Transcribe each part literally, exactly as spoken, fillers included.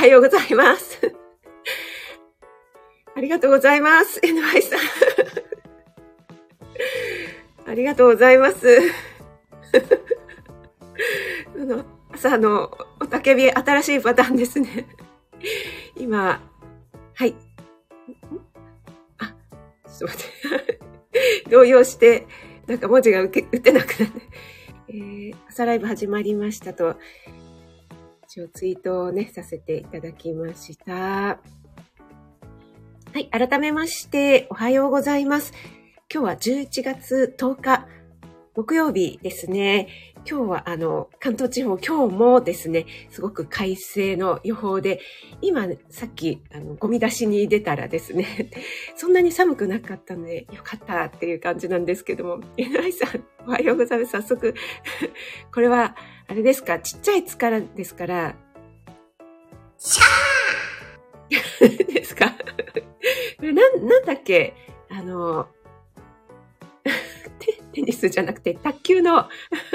はようございます。ありがとうございます。エヌワイ さん。ありがとうございます。あの朝のおたけび新しいパターンですね。今、はい。あ、ちょっと待って。動揺して、なんか文字が打て、打てなくなって。えー、朝ライブ始まりましたと、一応ツイートをね、させていただきました。はい、改めまして、おはようございます。今日はじゅういちがつとおか、木曜日ですね。今日はあの、関東地方、今日もですね、すごく快晴の予報で、今、さっき、あの、ゴミ出しに出たらですね、そんなに寒くなかったので、よかったっていう感じなんですけども、エヌアイ さん、おはようございます。早速、これは、あれですか、ちっちゃい力ですから、シャーですか。これなん、なんだっけ、あの、テニスじゃなくて、卓球の、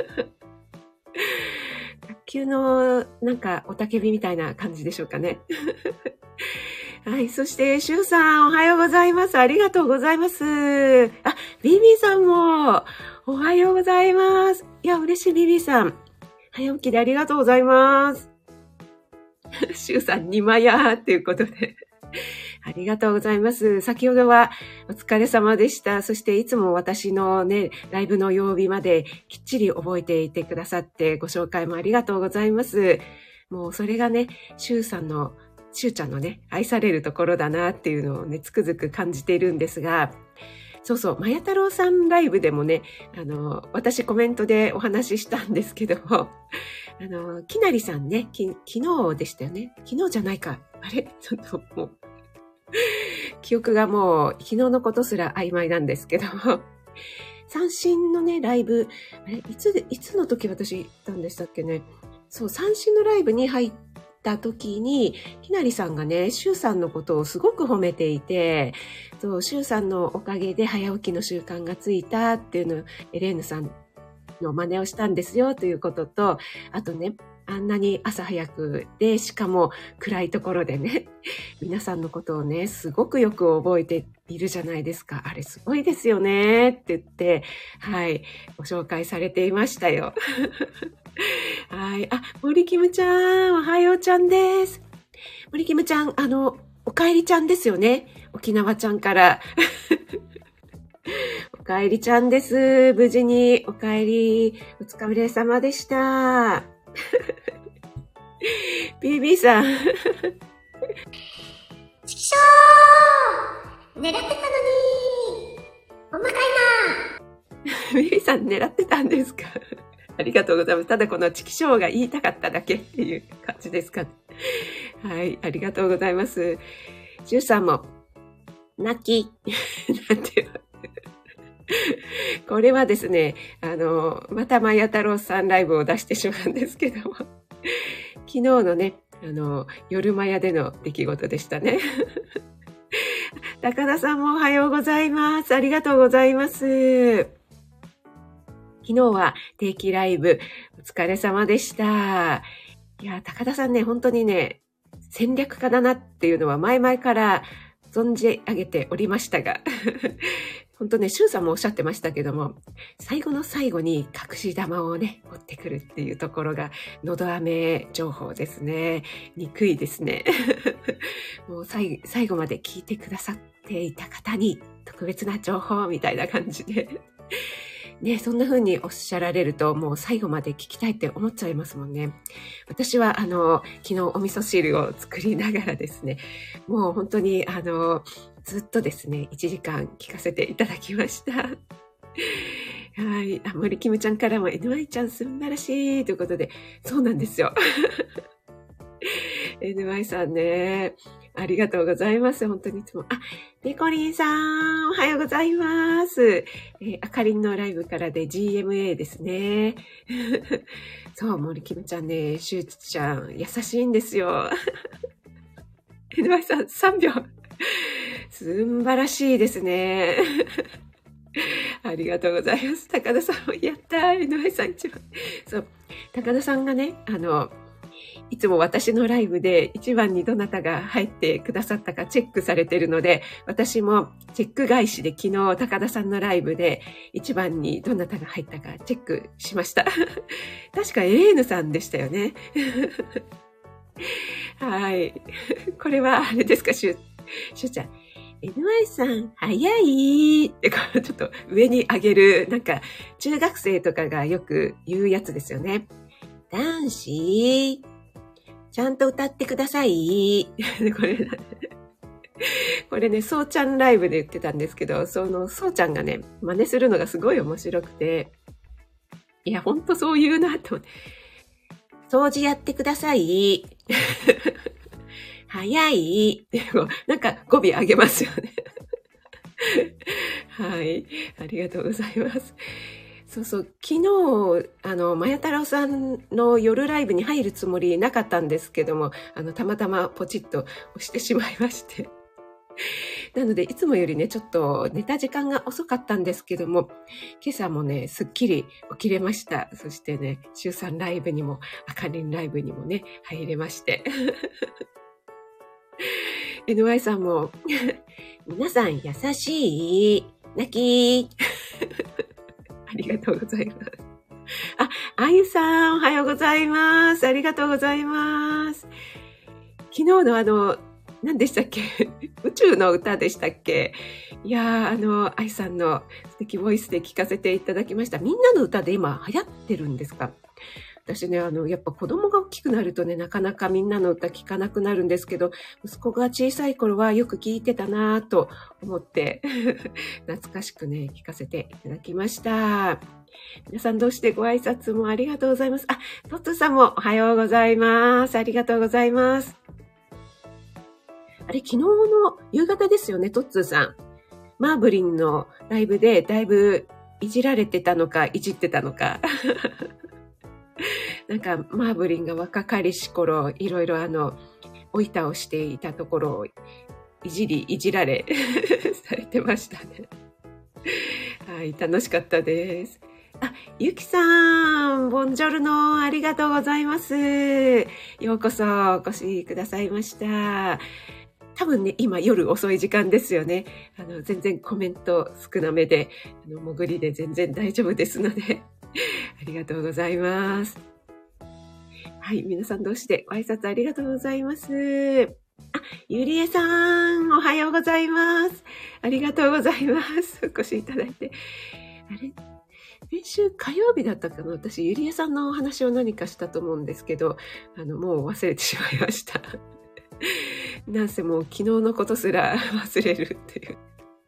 卓球のなんかおたけびみたいな感じでしょうかね。はい。そして、シュウさん、おはようございます。ありがとうございます。あ、ビビさんも、おはようございます。いや、嬉しい、ビビさん。早起きでありがとうございます。シュウさん、にまやーっていうことで。ありがとうございます。先ほどはお疲れ様でした。そしていつも私のね、ライブの曜日まできっちり覚えていてくださってご紹介もありがとうございます。もうそれがね、シュウさんの、シュウちゃんのね、愛されるところだなっていうのをね、つくづく感じているんですが、そうそう、まや太郎さんライブでもね、あの、私コメントでお話ししたんですけども、あの、きなりさんね、き、昨日でしたよね。昨日じゃないか。あれちょっともう、記憶がもう昨日のことすら曖昧なんですけども、三振のね、ライブ、あれいつで、いつの時私行ったんでしたっけね。そう、三振のライブに入った時に、ひなりさんがね、シュウさんのことをすごく褒めていて、そう、シュウさんのおかげで早起きの習慣がついたっていうのを、エレーヌさんの真似をしたんですよということと、あとね、あんなに朝早くで、しかも暗いところでね、皆さんのことをね、すごくよく覚えているじゃないですか。あれすごいですよねって言って、はい、ご紹介されていましたよ。はい、あ、森キムちゃん、おはようちゃんです。森キムちゃん、あの、おかえりちゃんですよね。沖縄ちゃんから。おかえりちゃんです。無事におかえり、お疲れ様でした。ビービー さん。 ちきしょー狙ってたのにおまかいなビービー さん狙ってたんですかありがとうございます。ただこのチキショーが言いたかっただけっていう感じですかね。はい、ありがとうございます。ジュウさんも、泣き。なんてこれはですね、あの、またまや太郎さんライブを出してしまうんですけども、昨日のね、あの、夜マヤでの出来事でしたね。高田さんもおはようございます。ありがとうございます。昨日は定期ライブ、お疲れ様でした。いや、高田さんね、本当にね、戦略家だなっていうのは前々から存じ上げておりましたが、本当ね、シュウさんもおっしゃってましたけども、最後の最後に隠し玉をね、持ってくるっていうところが、のど飴情報ですね。憎いですね。もう最最後まで聞いてくださっていた方に特別な情報みたいな感じで。ね、そんな風におっしゃられると、もう最後まで聞きたいって思っちゃいますもんね。私は、あの、昨日お味噌汁を作りながらですね、もう本当に、あの、ずっとですね、いちじかん聞かせていただきました。はい。あ、森キムちゃんからも、エヌワイ ちゃん素晴らしいということで、そうなんですよ。エヌワイ さんね、ありがとうございます。本当にいつも。あ、ペコリンさん、おはようございます。えー、あかりんのライブからで ジーエムエー ですね。そう、森キムちゃんね、シューツちゃん、優しいんですよ。エヌワイ さん、さんびょう。素晴らしいですね。ありがとうございます。高田さんも、やったー、エヌワイ さん一番。そう、高田さんがね、あの、 いつも私のライブで一番にどなたが入ってくださったかチェックされているので、私もチェック返しで昨日高田さんのライブで一番にどなたが入ったかチェックしました。確かエレーヌさんでしたよね。はい。これはあれですか、しゅ、しゅうちゃん。エヌワイ さん、早いってこう、ちょっと上に上げる、なんか、中学生とかがよく言うやつですよね。男子、ちゃんと歌ってください。これ、これね、そうちゃんライブで言ってたんですけど、その、そうちゃんがね、真似するのがすごい面白くて、いや、ほんとそう言うなと。掃除やってください。早い。なんか語尾上げますよね。はい。ありがとうございます。そうそう。昨日、あの、まや太郎さんの夜ライブに入るつもりなかったんですけども、あの、たまたまポチッと押してしまいまして。なので、いつもよりね、ちょっと寝た時間が遅かったんですけども、今朝もね、すっきり起きれました。そしてね、週さんライブにも、あかりんライブにもね、入れまして。エヌワイ さんも、皆さん優しい。泣き。ありがとうございます。あ、あゆさん、おはようございます。ありがとうございます。昨日のあの、何でしたっけ宇宙の歌でしたっけ。いやー、あの、あゆさんの素敵ボイスで聞かせていただきました。みんなの歌で今流行ってるんですか？私ね、あの、やっぱ子供が大きくなるとね、なかなかみんなの歌聞かなくなるんですけど、息子が小さい頃はよく聞いてたなぁと思って、懐かしくね、聞かせていただきました。皆さんどうしてご挨拶もありがとうございます。あ、トッツーさんもおはようございます。ありがとうございます。あれ、昨日の夕方ですよね、トッツーさん。マーブリンのライブでだいぶいじられてたのか、いじってたのか。なんか、マーブリンが若かりし頃、いろいろあの、おいたをしていたところを、いじり、いじられ、されてましたね。はい、楽しかったです。あ、ゆきさん、ボンジョルノ、ありがとうございます。ようこそお越しくださいました。多分ね、今夜遅い時間ですよね。あの、全然コメント少なめで、あの、潜りで全然大丈夫ですので、ありがとうございます。はい、皆さん同士でご挨拶ありがとうございます。あ、ゆりえさん、おはようございます。ありがとうございます。お越しいただいて。あれ先週火曜日だったかな、私、ゆりえさんのお話を何かしたと思うんですけど、あの、もう忘れてしまいました。なんせもう昨日のことすら忘れるっていう。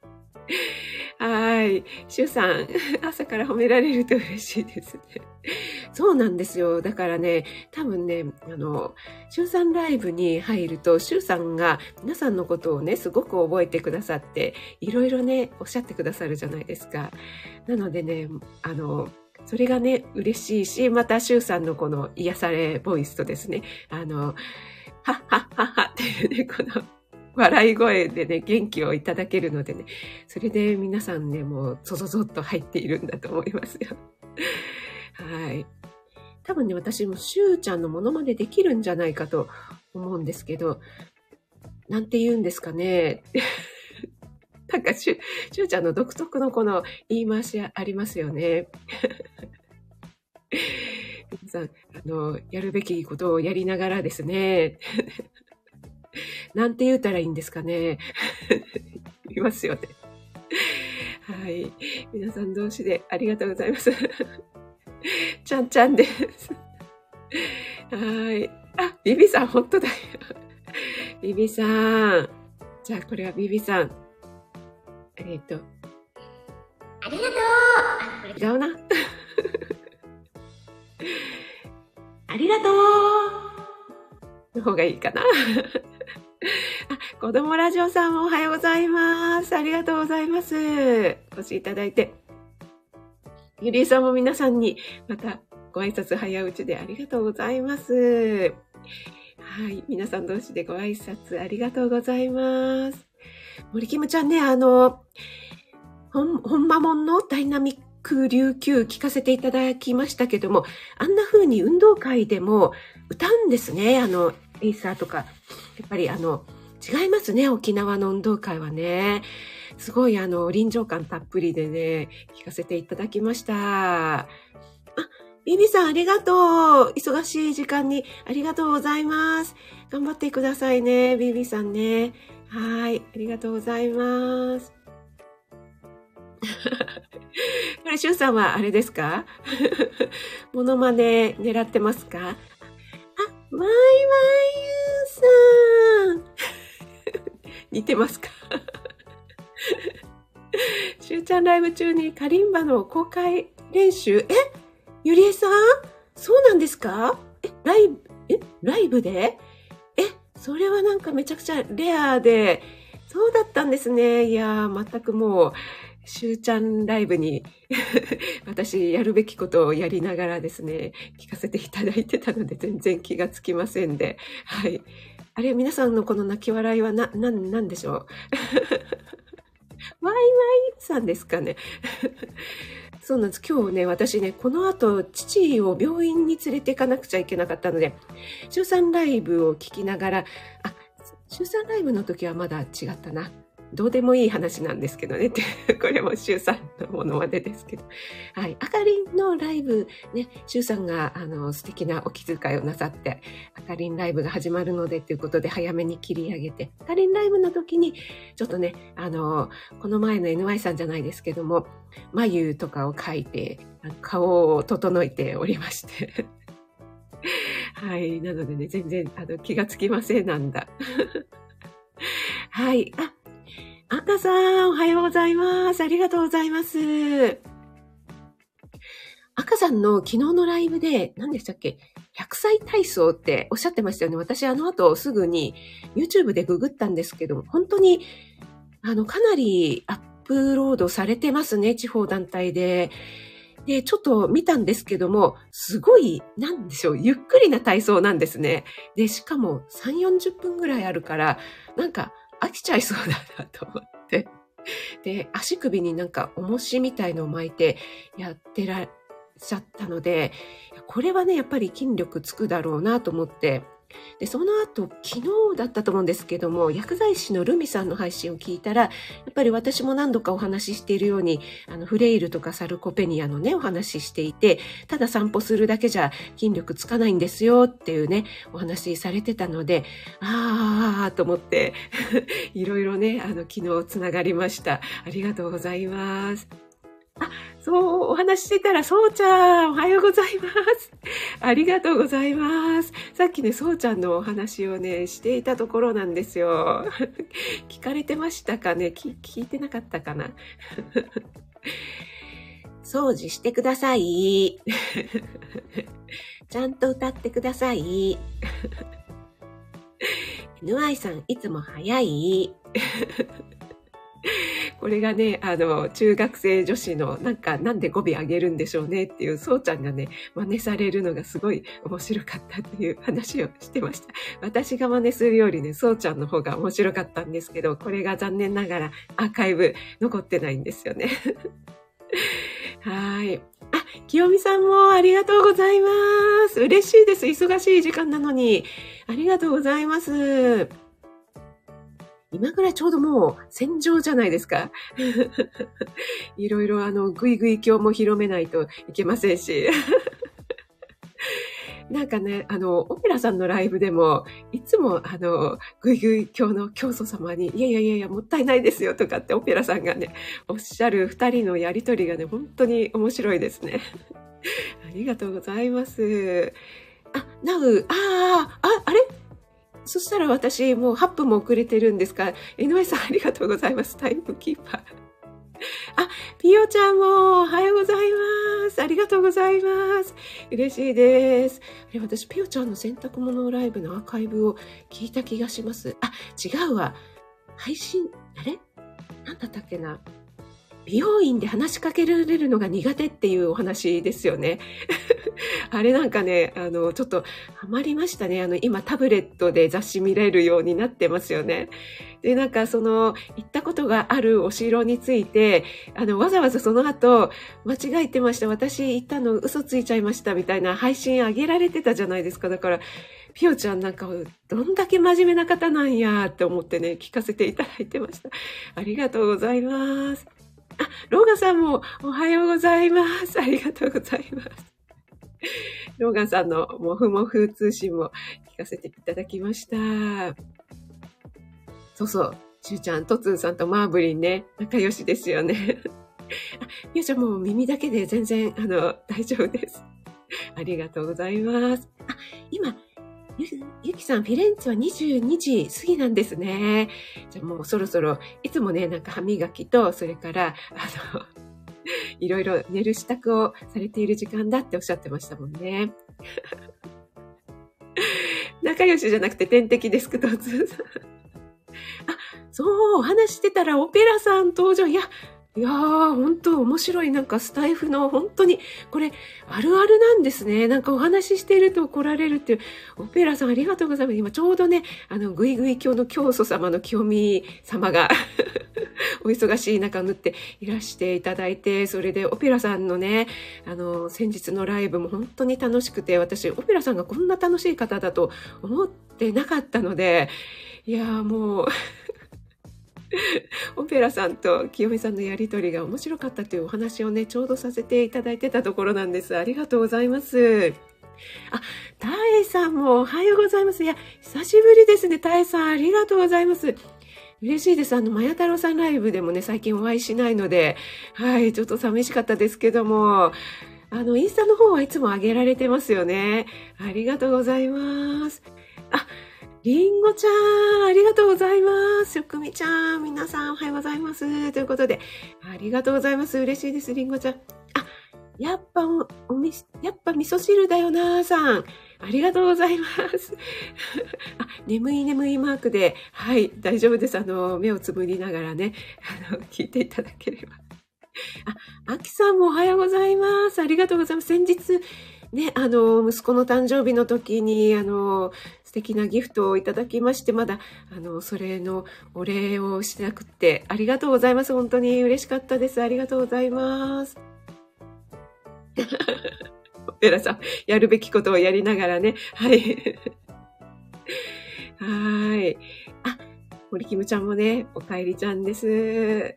はい。シュウさん、朝から褒められると嬉しいですね。そうなんですよ。だからね、多分ね、あの、シュウさんライブに入ると、シュウさんが皆さんのことをね、すごく覚えてくださって、いろいろね、おっしゃってくださるじゃないですか。なのでね、あの、それがね、嬉しいし、またシュウさんのこの癒されボイスとですね、あの、はっはっはっはっていうね、この、笑い声でね、元気をいただけるのでね、それで皆さんね、もうゾゾゾッと入っているんだと思いますよ。はい。多分ね、私もしゅうちゃんのモノマネできるんじゃないかと思うんですけど、なんて言うんですかね。なんかしゅ、しゅうちゃんの独特のこの言い回しありますよね。皆さん、あの、やるべきことをやりながらですね。なんて言うたらいいんですかね。いますよね。はい。皆さん同士でありがとうございます。ちゃんちゃんです。はい。あ、ビビさん、本当だよ。ビビさん。じゃあ、これはビビさん。えっと。 ありがとう。 違うな。ありがとうの方がいいかな。あ、子供ラジオさんもおはようございます。ありがとうございます。お越しいただいて。ゆりえさんも皆さんにまたご挨拶早打ちでありがとうございます。はい。皆さん同士でご挨拶ありがとうございます。森キムちゃんね、あの、ほん、ほんまもんのダイナミッ空琉球聞かせていただきましたけども、あんな風に運動会でも歌うんですね。あの、エイサーとか。やっぱりあの、違いますね。沖縄の運動会はね。すごいあの、臨場感たっぷりでね、聞かせていただきました。あ、ビビさんありがとう。忙しい時間にありがとうございます。頑張ってくださいね、ビビさんね。はい、ありがとうございます。これ、シュウさんはあれですか？モノマネ狙ってますか？あ、ワイワイユーさん。似てますか？シュウちゃんライブ中にカリンバの公開練習。え？ゆりえさん？そうなんですか？え、ライブ、え、ライブで？え、それはなんかめちゃくちゃレアで、そうだったんですね。いやー、全くもう、しゅうちゃんライブに私やるべきことをやりながらですね、聞かせていただいてたので全然気がつきませんで。はい。あれ、皆さんのこの泣き笑いはな、な、なんでしょうワイワイさんですかねそうなんです。今日ね、私ね、この後、父を病院に連れて行かなくちゃいけなかったので、週さんライブを聞きながら、あ、週さんライブの時はまだ違ったな。どうでもいい話なんですけどねって、これも週さんのものまでですけど。はい。あかりんのライブ、ね、週さんが、あの、素敵なお気遣いをなさって、あかりんライブが始まるのでということで早めに切り上げて、あかりんライブの時に、ちょっとね、あの、この前の エヌワイ さんじゃないですけども、眉とかを描いて、顔を整えておりまして。はい。なのでね、全然、あの、気がつきませんなんだ。はい。あ、赤さん、おはようございます。ありがとうございます。赤さんの昨日のライブで、何でしたっけ？ひゃくさい体操っておっしゃってましたよね。私、あの後すぐに YouTube でググったんですけど、本当に、あの、かなりアップロードされてますね。地方団体で。で、ちょっと見たんですけども、すごい、なんでしょう、ゆっくりな体操なんですね。で、しかもさんじゅう、よんじゅっぷんぐらいあるから、なんか飽きちゃいそうだなと思って。で、足首になんか重しみたいのを巻いてやってらっしゃったので、これはね、やっぱり筋力つくだろうなと思って、で、その後、昨日だったと思うんですけども、薬剤師のルミさんの配信を聞いたら、やっぱり私も何度かお話ししているように、あの、フレイルとかサルコペニアのね、お話ししていて、ただ散歩するだけじゃ筋力つかないんですよっていうね、お話しされてたので、あーと思って、いろいろね、あの、昨日つながりました。ありがとうございます。あ、そう、お話ししてたら、そうちゃん、おはようございます。ありがとうございます。さっきね、そうちゃんのお話をね、していたところなんですよ。聞かれてましたかね？聞、聞いてなかったかな？掃除してください。ちゃんと歌ってください。エヌワイ さん、いつも早い。これがね、あの、中学生女子の、なんか、なんで語尾上げるんでしょうねっていう、そうちゃんがね、真似されるのがすごい面白かったっていう話をしてました。私が真似するよりね、そうちゃんの方が面白かったんですけど、これが残念ながらアーカイブ残ってないんですよね。はい。あ、清美さんもありがとうございます。嬉しいです。忙しい時間なのに。ありがとうございます。今ぐらいちょうどもう戦場じゃないですか。いろいろあの、ぐいぐい教も広めないといけませんし。なんかね、あの、オペラさんのライブでも、いつもあの、ぐいぐい教の教祖様に、いやいやいやいや、もったいないですよとかってオペラさんがね、おっしゃる二人のやりとりがね、本当に面白いですね。ありがとうございます。あ、なう、ああ、あ、あれそしたら私もうはっぷんも遅れてるんですが、井上さんありがとうございます。タイムキーパー。あ、ピオちゃんもおはようございます。ありがとうございます。嬉しいです。あれ、私、ピオちゃんの洗濯物ライブのアーカイブを聞いた気がします。あ、違うわ。配信、あれなんだったっけな。美容院で話しかけられるのが苦手っていうお話ですよね。 あれなんかね、あの、ちょっとハマりましたね。あの、今タブレットで雑誌見れるようになってますよね。で、なんかその、行ったことがあるお城について、あの、わざわざその後、間違えてました。私行ったの嘘ついちゃいましたみたいな配信上げられてたじゃないですか。だから、ピオちゃんなんか、どんだけ真面目な方なんやって思ってね、聞かせていただいてました。ありがとうございます。あ、ローガンさんもおはようございます。ありがとうございます。ローガンさんのもふもふ通信も聞かせていただきました。そうそう。しゅうちゃん、トツーさんとマーブリンね、仲良しですよね。あ、みゆちゃんも耳だけで全然、あの、大丈夫です。ありがとうございます。あ、今、ゆ、ゆきさん、フィレンツェはにじゅうにじ過ぎなんですね。じゃあもうそろそろ、いつもね、なんか歯磨きと、それから、あの、いろいろ寝る支度をされている時間だっておっしゃってましたもんね。仲良しじゃなくて天敵デスクトツーさん。あ、そう、お話してたらオペラさん登場。いや、いやー、本当面白い。なんかスタイフの本当に、これ、あるあるなんですね。なんかお話ししていると来られるっていう。オペラさんありがとうございます。今ちょうどね、あの、ぐいぐい教の教祖様の清美様が、お忙しい中縫っていらしていただいて、それでオペラさんのね、あの、先日のライブも本当に楽しくて、私、オペラさんがこんな楽しい方だと思ってなかったので、いやーもう、オペラさんと清美さんのやりとりが面白かったというお話をね、ちょうどさせていただいてたところなんです。ありがとうございます。あ、タエさんもおはようございます。いや、久しぶりですね。タエさん、ありがとうございます。嬉しいです。あの、まや太郎さんライブでもね、最近お会いしないので、はい、ちょっと寂しかったですけども、あの、インスタの方はいつも上げられてますよね。ありがとうございます。あ、りんごちゃん、ありがとうございます。しょくみちゃん、皆さんおはようございます。ということで、ありがとうございます。嬉しいです、りんごちゃん。あ、やっぱお、おみ、やっぱ味噌汁だよな、さん。ありがとうございます。あ、眠い眠いマークで、はい、大丈夫です。あの、目をつぶりながらね、あの、聞いていただければ。あ、あきさんもおはようございます。ありがとうございます。先日、ね、あの、息子の誕生日の時に、あの、素敵なギフトをいただきまして、まだ、あの、それのお礼をしなくって、ありがとうございます。本当に嬉しかったです。ありがとうございます。オペラさん、やるべきことをやりながらね。はい。はい。あ、森キムちゃんもね、おかえりちゃんです。え、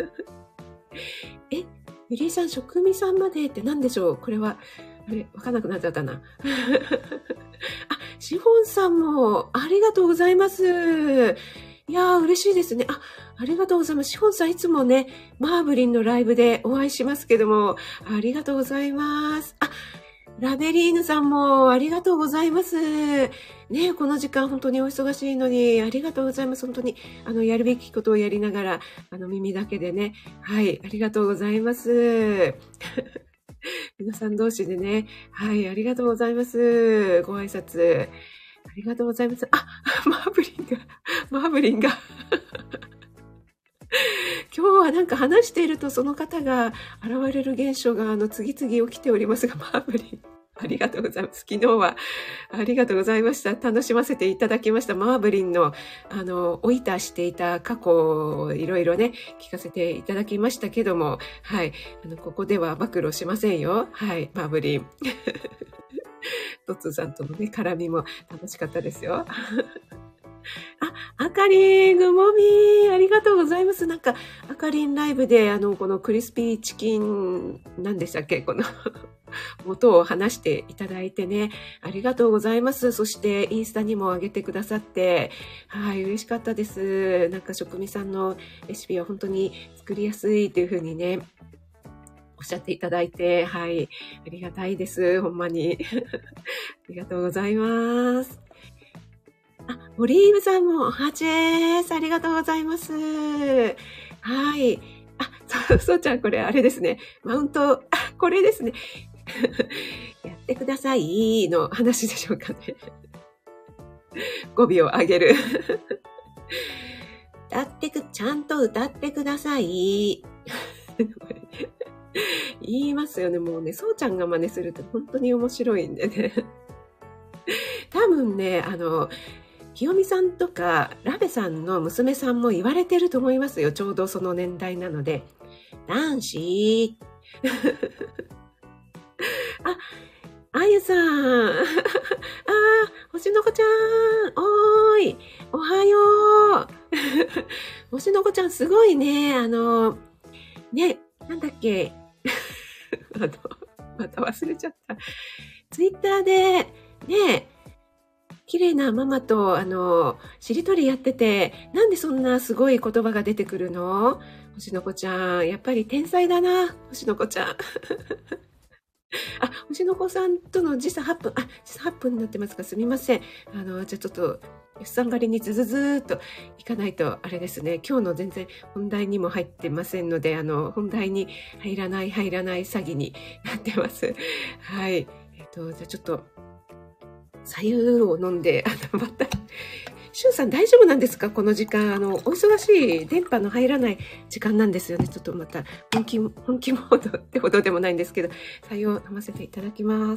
ゆりえさん、職味さんまでって何でしょう？これは、あれ、わかんなくなっちゃったな。あ、シフォンさんも、ありがとうございます。いやー、嬉しいですね。あ、ありがとうございます。シフォンさんいつもね、マーブリンのライブでお会いしますけども、ありがとうございます。あ、ラベリーヌさんもありがとうございます。ね、この時間本当にお忙しいのにありがとうございます。本当に、あの、やるべきことをやりながら、あの、耳だけでね、はい、ありがとうございます。皆さん同士でね、はい、ありがとうございます。ご挨拶。ありがとうございます。あ、マーブリンが、マーブリンが。今日はなんか話しているとその方が現れる現象があの次々起きておりますが、マーブリン。ありがとうございます。昨日はありがとうございました。楽しませていただきました。マーブリンの、あの、おいたしていた過去をいろいろね、聞かせていただきましたけども、はい。あの、ここでは暴露しませんよ。はい、マーブリン。トッツーさんとのね、絡みも楽しかったですよ。あ、あかりん、ぐもみありがとうございます。なんか、あかりんライブで、あの、このクリスピーチキン、何でしたっけこの、元を話していただいてね、ありがとうございます。そして、インスタにも上げてくださって、はい、嬉しかったです。なんか、職味さんのレシピは本当に作りやすいというふうにね、おっしゃっていただいて、はい、ありがたいです。ほんまに。ありがとうございます。あ、オリーブさんも、はちえーす。ありがとうございます。はい。あ、そう、そうちゃん、これあれですね。マウント、あ、これですね。やってくださいの話でしょうかね。語尾を上げる。歌ってく、ちゃんと歌ってください。 言いますよね。もうね、そうちゃんが真似すると本当に面白いんでね。多分ね、あの、清美さんとかラベさんの娘さんも言われてると思いますよ。ちょうどその年代なので。男子あ、あゆさん。あー、星の子ちゃん。おーい。おはよう。星の子ちゃんすごいね。あの、ね、なんだっけ。あの、また忘れちゃった。ツイッターで、ね、綺麗なママと、あの、しりとりやってて、なんでそんなすごい言葉が出てくるの？星の子ちゃん。やっぱり天才だな、星の子ちゃん。あ、星の子さんとの時差はっぷん、あ、時差はっぷんになってますか？すみません。あの、じゃあちょっと、よっさんばりにズズズーっといかないと、あれですね。今日の全然本題にも入ってませんので、あの、本題に入らない、入らない詐欺になってます。はい。えっと、じゃあちょっと、左右を飲んで、あの、また、しゅんさん大丈夫なんですか？この時間、あの、お忙しい電波の入らない時間なんですよね。ちょっとまた、本気、本気モードってほどでもないんですけど、左右を飲ませていただきます。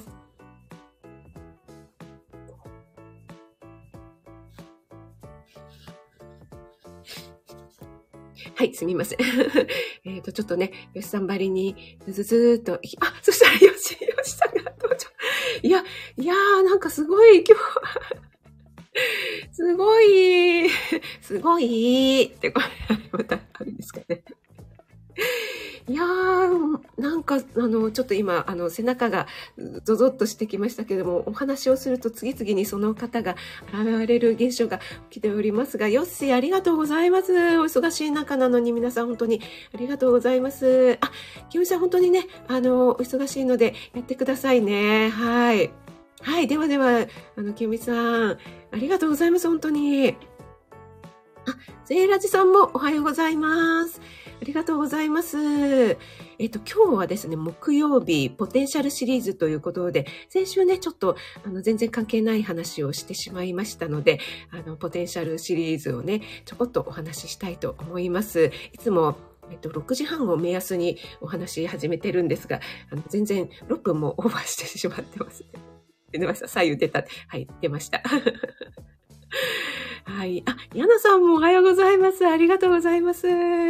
はい、すみません。えっと、ちょっとね、よしさんばりに、ずずずーっと、あ、そしたらよし、よしさんが登場。いや、いやー、なんかすごい、今日すごい、すごいって、これ、またあるんですかね。いやー、なんか、あの、ちょっと今、あの、背中がゾゾッとしてきましたけども、お話をすると次々にその方が現れる現象が起きておりますが、よっしー、ありがとうございます。お忙しい中なのに皆さん本当にありがとうございます。あ、きよみさん本当にね、あの、お忙しいのでやってくださいね。はい。はい。ではでは、あの、きよみさん、ありがとうございます。本当に。あ、ゼーラジさんもおはようございます。ありがとうございます。えっと、今日はですね、木曜日、ポテンシャルシリーズということで、先週ね、ちょっと、あの、全然関係ない話をしてしまいましたので、あの、ポテンシャルシリーズをね、ちょこっとお話ししたいと思います。いつも、えっと、ろくじはんを目安にお話し始めてるんですが、あの、全然ろっぷんもオーバーしてしまってますね。出ました。左右出た。はい、出ました。はい。あ、ヤナさんもおはようございます。ありがとうございます。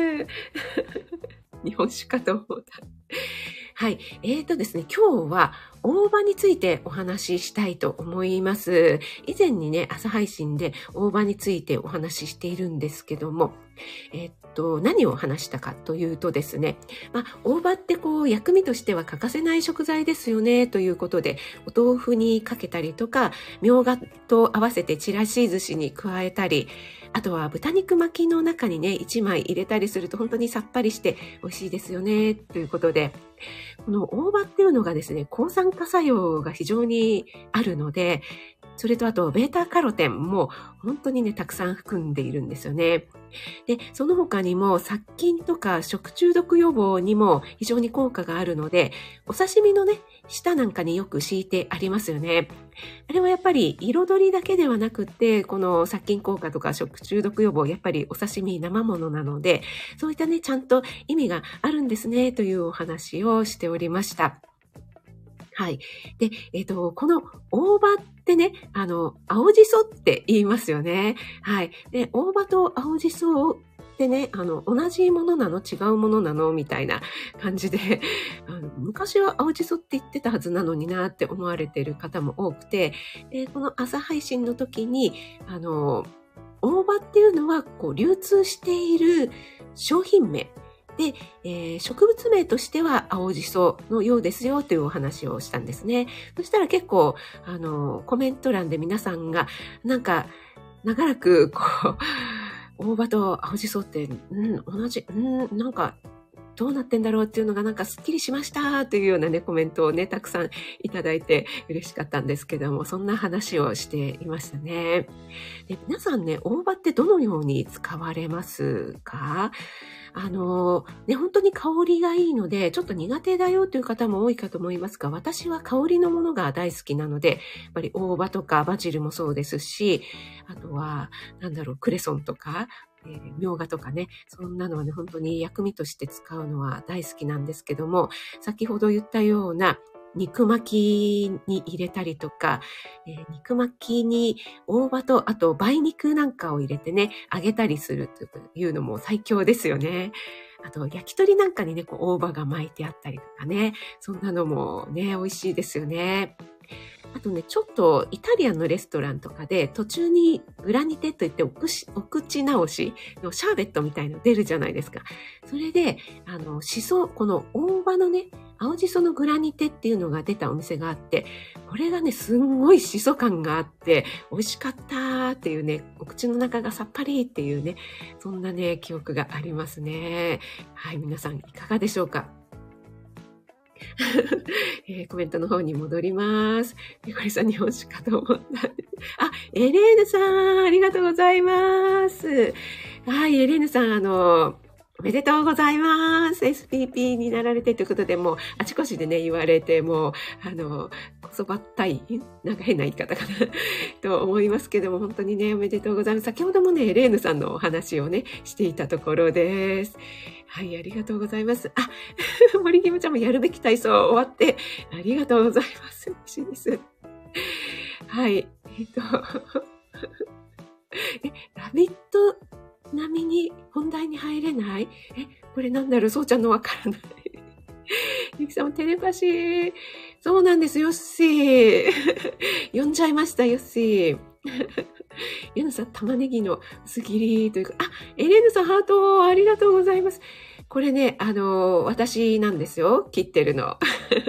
日本酒かと思った。はい。えーとですね、今日は大葉についてお話ししたいと思います。以前にね、朝配信で大葉についてお話ししているんですけども、えっと、何を話したかというとですね、まあ、大葉ってこう、薬味としては欠かせない食材ですよね、ということで、お豆腐にかけたりとか、みょうがと合わせてちらし寿司に加えたり、あとは豚肉巻きの中にね、いちまい入れたりすると本当にさっぱりして美味しいですよね、ということで、この大葉っていうのがですね、抗酸化作用が非常にあるので、それとあと、ベータカロテンも本当にね、たくさん含んでいるんですよね。で、その他にも殺菌とか食中毒予防にも非常に効果があるので、お刺身のね、下なんかによく敷いてありますよね。あれはやっぱり彩りだけではなくって、この殺菌効果とか食中毒予防、やっぱりお刺身生ものなので、そういったね、ちゃんと意味があるんですね、というお話をしておりました。はい。で、えっと、この大葉ってね、あの、青じそって言いますよね。はい。で、大葉と青じそってね、あの、同じものなの？違うものなの？みたいな感じで、あの、昔は青じそって言ってたはずなのになって思われている方も多くて、で、この朝配信の時に、あの、大葉っていうのは、こう、流通している商品名、で、えー、植物名としては青じそのようですよというお話をしたんですね。そしたら結構、あの、コメント欄で皆さんが、なんか、長らく、こう、大葉と青じそって、うん、同じ、うん、なんか、どうなってんだろうっていうのがなんかスッキリしましたというようなね、コメントをね、たくさんいただいて嬉しかったんですけども、そんな話をしていましたね。で、皆さんね、大葉ってどのように使われますか？あの、ね、本当に香りがいいので、ちょっと苦手だよという方も多いかと思いますが、私は香りのものが大好きなので、やっぱり大葉とかバジルもそうですし、あとは、なんだろう、クレソンとか、 えー、みょうがとかね、そんなのはね、本当に薬味として使うのは大好きなんですけども、先ほど言ったような肉巻きに入れたりとか、えー、肉巻きに大葉と、あと梅肉なんかを入れてね、揚げたりするというのも最強ですよね。あと、焼き鳥なんかにね、こう大葉が巻いてあったりとかね、そんなのもね、美味しいですよね。あとね、ちょっとイタリアンのレストランとかで途中にグラニテといってお口お口直しのシャーベットみたいの出るじゃないですか。それで、あの、しそ、この大葉のね、青じそのグラニテっていうのが出たお店があって、これがね、すんごいしそ感があって、美味しかったっていうね、お口の中がさっぱりっていうね、そんなね、記憶がありますね。はい、皆さんいかがでしょうか？えー、コメントの方に戻ります。ペコリさん日本酒かと思った。あ、エレーヌさん、ありがとうございます。はい、エレーヌさん、あの、おめでとうございます。エスピーピー になられてということで、もう、あちこちでね、言われて、もう、あの、こそばったい、なんか変な言い方かな、と思いますけども、本当にね、おめでとうございます。先ほどもね、エレーヌさんのお話をね、していたところです。はい、ありがとうございます。あ、森キムちゃんもやるべき体操終わって、ありがとうございます。嬉しいです。はい、えっと、え、ラビット並みに本題に入れない？え、これなんだろう、そうちゃんのわからない。ゆきさんもテレパシー。そうなんです、ヨッシー。呼んじゃいました、ヨッシー。ゆなさん、玉ねぎの薄切りというか、あ、エレーヌさん、ハート、ありがとうございます。これね、あの、私なんですよ、切ってるの。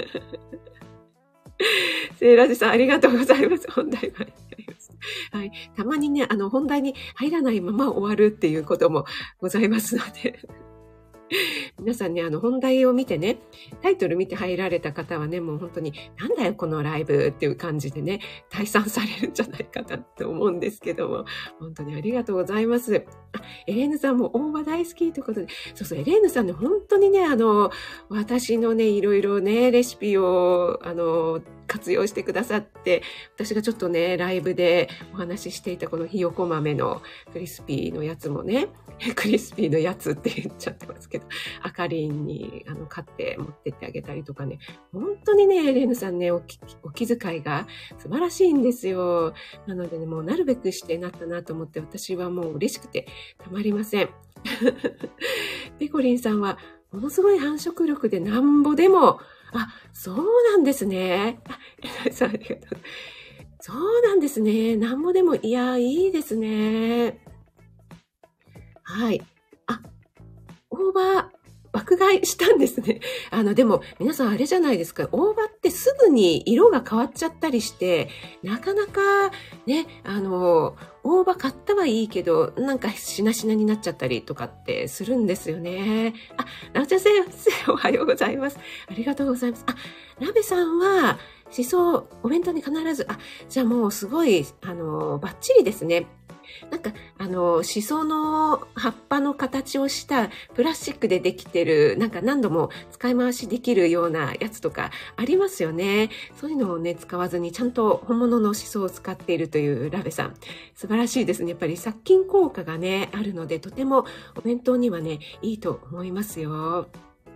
セイラジさん、ありがとうございます。本題は。はい。たまにね、あの、本題に入らないまま終わるっていうこともございますので。皆さんね、あの、本題を見てね、タイトル見て入られた方はね、もう本当に、なんだよ、このライブっていう感じでね、退散されるんじゃないかなって思うんですけども、本当にありがとうございます。あ、エレーヌさんも大葉大好きということで、そうそう、エレーヌさんね、本当にね、あの、私のね、いろいろね、レシピを、あの、活用してくださって、私がちょっとね、ライブでお話ししていたこのひよこ豆のクリスピーのやつもね、クリスピーのやつって言っちゃってますけど、あかりんにあの買って持ってってあげたりとかね、本当にね、エレーヌさんね、お気、お気遣いが素晴らしいんですよ。なのでね、もうなるべくしてなったなと思って、私はもう嬉しくてたまりません。ペコリンさんは、ものすごい繁殖力でなんぼでも、あ、そうなんですね。あ、さあ、ありがとう。そうなんですね。なんぼでも、いや、いいですね。はい。あ、大葉、爆買いしたんですね。あの、でも、皆さんあれじゃないですか。大葉ってすぐに色が変わっちゃったりして、なかなか、ね、あの、大葉買ったはいいけど、なんかしなしなになっちゃったりとかってするんですよね。あ、ラブちゃん先生、おはようございます。ありがとうございます。あ、ラベさんは、しそ、お弁当に必ず、あ、じゃあもうすごい、あの、バッチリですね。なんか、あの、シソの葉っぱの形をしたプラスチックでできてる、なんか何度も使い回しできるようなやつとかありますよね。そういうのをね、使わずにちゃんと本物のシソを使っているというラベさん。素晴らしいですね。やっぱり殺菌効果がね、あるので、とてもお弁当にはね、いいと思いますよ。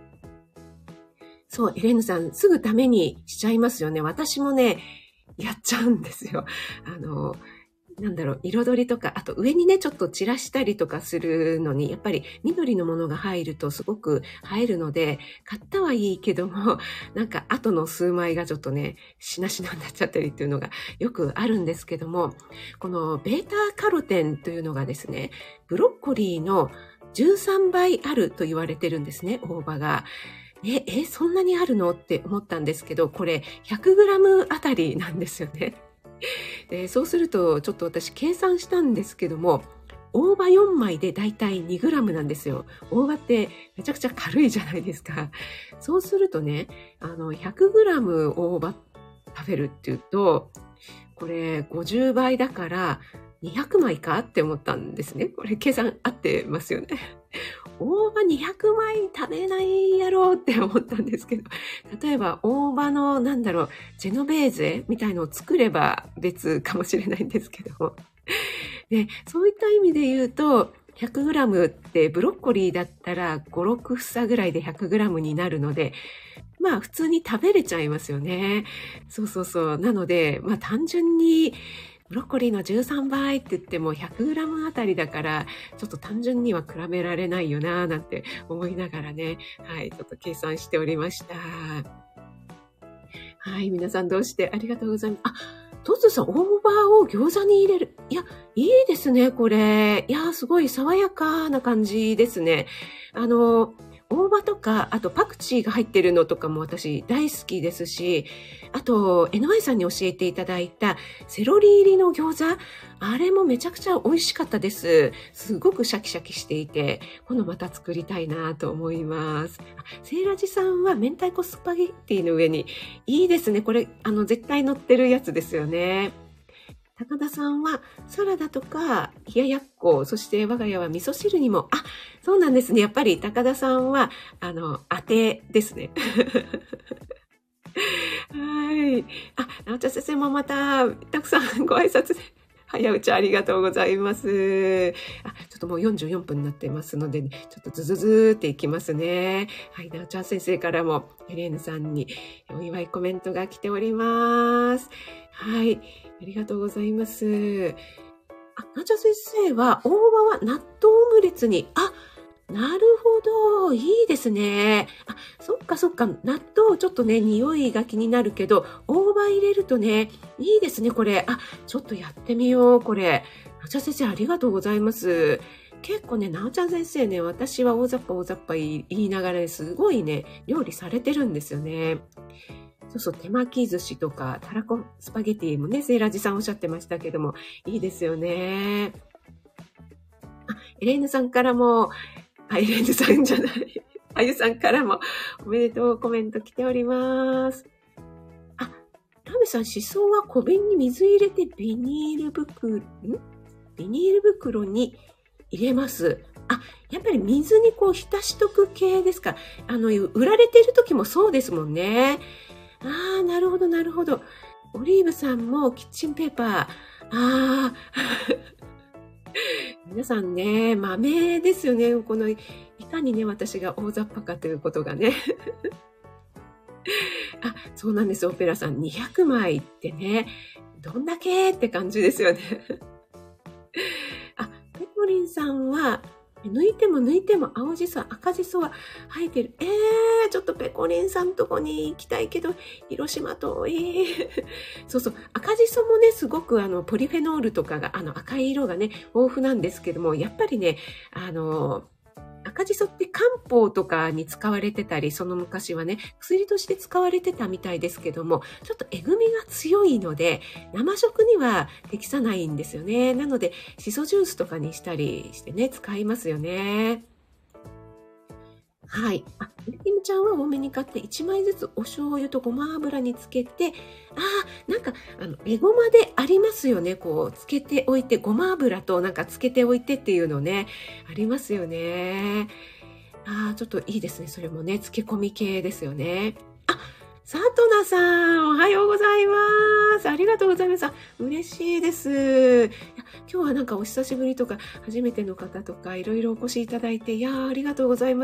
そう、エレーヌさん、すぐダメにしちゃいますよね。私もね、やっちゃうんですよ。あの、なんだろう、彩りとか、あと上にね、ちょっと散らしたりとかするのに、やっぱり緑のものが入るとすごく映えるので、買ったはいいけども、なんか後の数枚がちょっとね、しなしなになっちゃったりっていうのがよくあるんですけども、このベータカロテンというのがですね、ブロッコリーのじゅうさんばいあると言われてるんですね、大葉が。え、え、そんなにあるのって思ったんですけど、これ ひゃくグラム あたりなんですよね。で、そうすると、ちょっと私計算したんですけども、大葉よんまいでだいたいにグラムなんですよ。大葉ってめちゃくちゃ軽いじゃないですか。そうするとね、あの、ひゃくグラム 大葉食べるっていうと、これごじゅうばいだからにひゃくまいかって思ったんですね。これ計算合ってますよね。大葉にひゃくまい食べないやろうって思ったんですけど、例えば大葉のなんだろう、ジェノベーゼみたいのを作れば別かもしれないんですけども。で、そういった意味で言うと、 ひゃくグラム ってブロッコリーだったらご、ろく房ぐらいで ひゃくグラム になるので、まあ普通に食べれちゃいますよね。そうそうそう。なので、まあ単純にブロッコリーのじゅうさんばいって言っても ひゃくグラム あたりだから、ちょっと単純には比べられないよなぁなんて思いながらね、はい、ちょっと計算しておりました。はい、皆さんどうしてありがとうございます。あ、トツさん、大葉を餃子に入れる。いや、いいですね、これ。いや、すごい爽やかな感じですね。あの、大葉とか、あとパクチーが入ってるのとかも私大好きですし、あと エヌワイ さんに教えていただいたセロリ入りの餃子、あれもめちゃくちゃ美味しかったです。すごくシャキシャキしていて、今度また作りたいなと思います。セイラジさんは明太子スパゲッティの上に、いいですね。これ、あの、絶対乗ってるやつですよね。高田さんはサラダとか冷ややっこ、そして我が家は味噌汁にも、あ、そうなんですね。やっぱり高田さんは、あの、当てですね。はい。あ、なおちゃん先生もまた、たくさんご挨拶で、早打ちありがとうございます。あ、ちょっともうよんじゅうよんぷんになってますので、ね、ちょっとズズズーっていきますね。はい、なおちゃん先生からも、ヘレーヌさんにお祝いコメントが来ております。はい、ありがとうございます。あ、なおちゃん先生は、大葉は納豆オムレツに、あ、なるほど。いいですね。あ、そっかそっか。納豆ちょっとね、匂いが気になるけど、大葉入れるとね、いいですね、これ。あ、ちょっとやってみよう、これ。なおちゃん先生、ありがとうございます。結構ね、なおちゃん先生ね、私は大雑把大雑把言いながらね、すごいね、料理されてるんですよね。そうそう、手巻き寿司とか、たらこスパゲティもね、セイラジさんおっしゃってましたけども、いいですよね。あ、エレーヌさんからも、あ、エレーヌさんじゃない。あゆさんからもおめでとうコメント来ております。あ、ラメさん、しそは小瓶に水入れてビニール袋、んビニール袋に入れます。あ、やっぱり水にこう浸しとく系ですか。あの、売られてる時もそうですもんね。あー、なるほど、なるほど。オリーブさんもキッチンペーパー。あー。皆さんね、豆ですよね。この、いかにね、私が大雑把かということがね。あ、そうなんです、オペラさん。にひゃくまいってね、どんだけって感じですよね。あ、ペコリンさんは、抜いても抜いても青じそ、赤じそは生えてる。えー、ちょっとペコリンさんとこに行きたいけど、広島遠い。そうそう、赤じそもね、すごくあの、ポリフェノールとかが、あの、赤い色がね、豊富なんですけども、やっぱりね、あの、赤じそって漢方とかに使われてたり、その昔はね、薬として使われてたみたいですけども、ちょっとえぐみが強いので、生食には適さないんですよね。なので、シソジュースとかにしたりしてね、使いますよね。はい。あ、ミルキムちゃんは多めに買っていちまいずつお醤油とごま油につけて、ああ、なんか、あの、エゴマでありますよね。こう、つけておいて、ごま油となんかつけておいてっていうのね、ありますよね。ああ、ちょっといいですね。それもね、漬け込み系ですよね。あ、さとなさん、おはようございます。ありがとうございます。あ、嬉しいです。いや、今日はなんかお久しぶりとか、初めての方とか、いろいろお越しいただいて、いやー、ありがとうございます。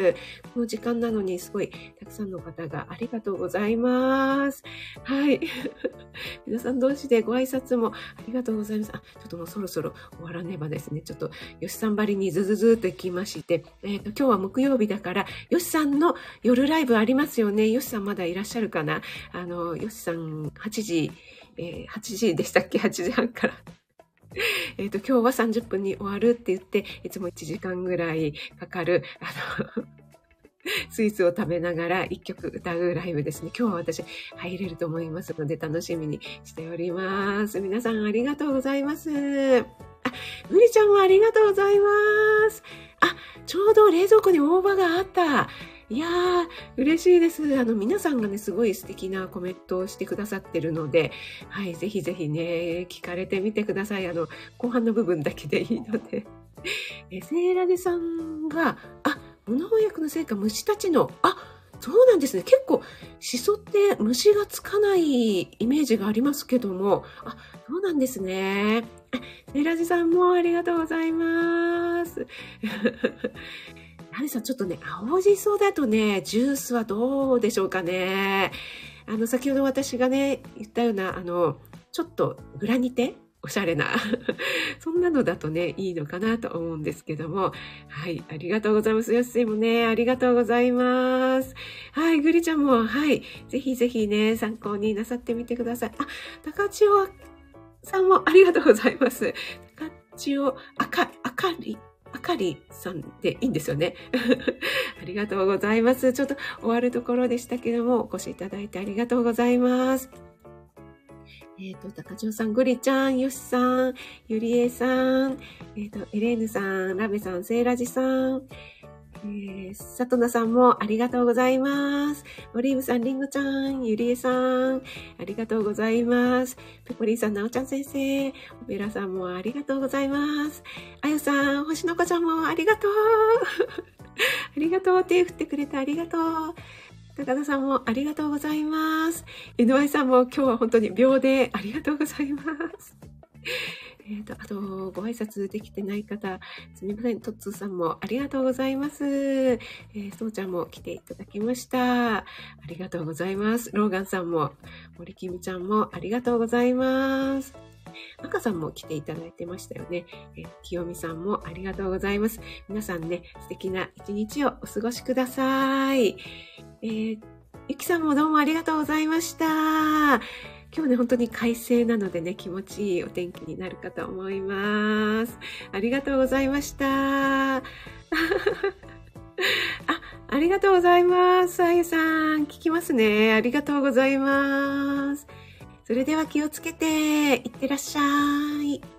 この時間なのに、すごい、たくさんの方がありがとうございます。はい。皆さん同士でご挨拶もありがとうございます。あ、ちょっともうそろそろ終わらねばですね。ちょっと、よしさんばりにズズズーっと行きまして、えっと、今日は木曜日だから、よしさんの夜ライブありますよね。よしさんまだいらっしゃるかな。あの、よしさんはちじ、えー、はちじでしたっけ ?はち 時半から。えっと、今日はさんじゅっぷんに終わるって言って、いつもいちじかんぐらいかかる、あの、スイーツを食べながら一曲歌うライブですね。今日は私入れると思いますので楽しみにしております。皆さんありがとうございます。あ、ぐりちゃんもありがとうございます。あ、ちょうど冷蔵庫に大葉があった。いやー、嬉しいです。あの、皆さんがね、すごい素敵なコメントをしてくださってるので、はい、ぜひぜひね、聞かれてみてください。あの、後半の部分だけでいいので。え、セイラデさんが、あ、無農薬のせいか虫たちの、あ、 そうなんですね。結構、シソって虫がつかないイメージがありますけども、あ、そうなんですね。あ、ねラジさんもありがとうございます。ラジさん、ちょっとね、青じそだとね、ジュースはどうでしょうかね。あの、先ほど私がね、言ったような、あの、ちょっとグラニテおしゃれな。そんなのだとね、いいのかなと思うんですけども。はい、ありがとうございます。よっせいもね、ありがとうございます。はい、ぐりちゃんも、はい、ぜひぜひね、参考になさってみてください。あ、高千代さんもありがとうございます。高千代、あか、あかり、あかりさんでいいんですよね。ありがとうございます。ちょっと終わるところでしたけども、お越しいただいてありがとうございます。えっ、ー、と、高千代さん、ぐりちゃん、よしさん、ゆりえさん、えっ、ー、と、エレーヌさん、ラベさん、セイラジさん、えー、さとなさんもありがとうございます。オリーブさん、リンゴちゃん、ゆりえさん、ありがとうございます。ペコリンさん、なおちゃん先生、オペラさんもありがとうございます。あゆさん、星の子ちゃんもありがとう。ありがとう。手振ってくれてありがとう。高田さんもありがとうございます。エヌワイ さんも今日は本当に秒でありがとうございます。えっと、あと、ご挨拶できてない方、すみません。トッツーさんもありがとうございます。えー、そうちゃんも来ていただきました。ありがとうございます。ローガンさんも、森きみちゃんもありがとうございます。赤さんも来ていただいてましたよね。えー、清美さんもありがとうございます。皆さんね、素敵な一日をお過ごしください。えー、ゆきさんもどうもありがとうございました。今日ね、本当に快晴なのでね、気持ちいいお天気になるかと思います。ありがとうございました。あ、ありがとうございます。あゆさん、聞きますね。ありがとうございます。それでは気をつけて、いってらっしゃい。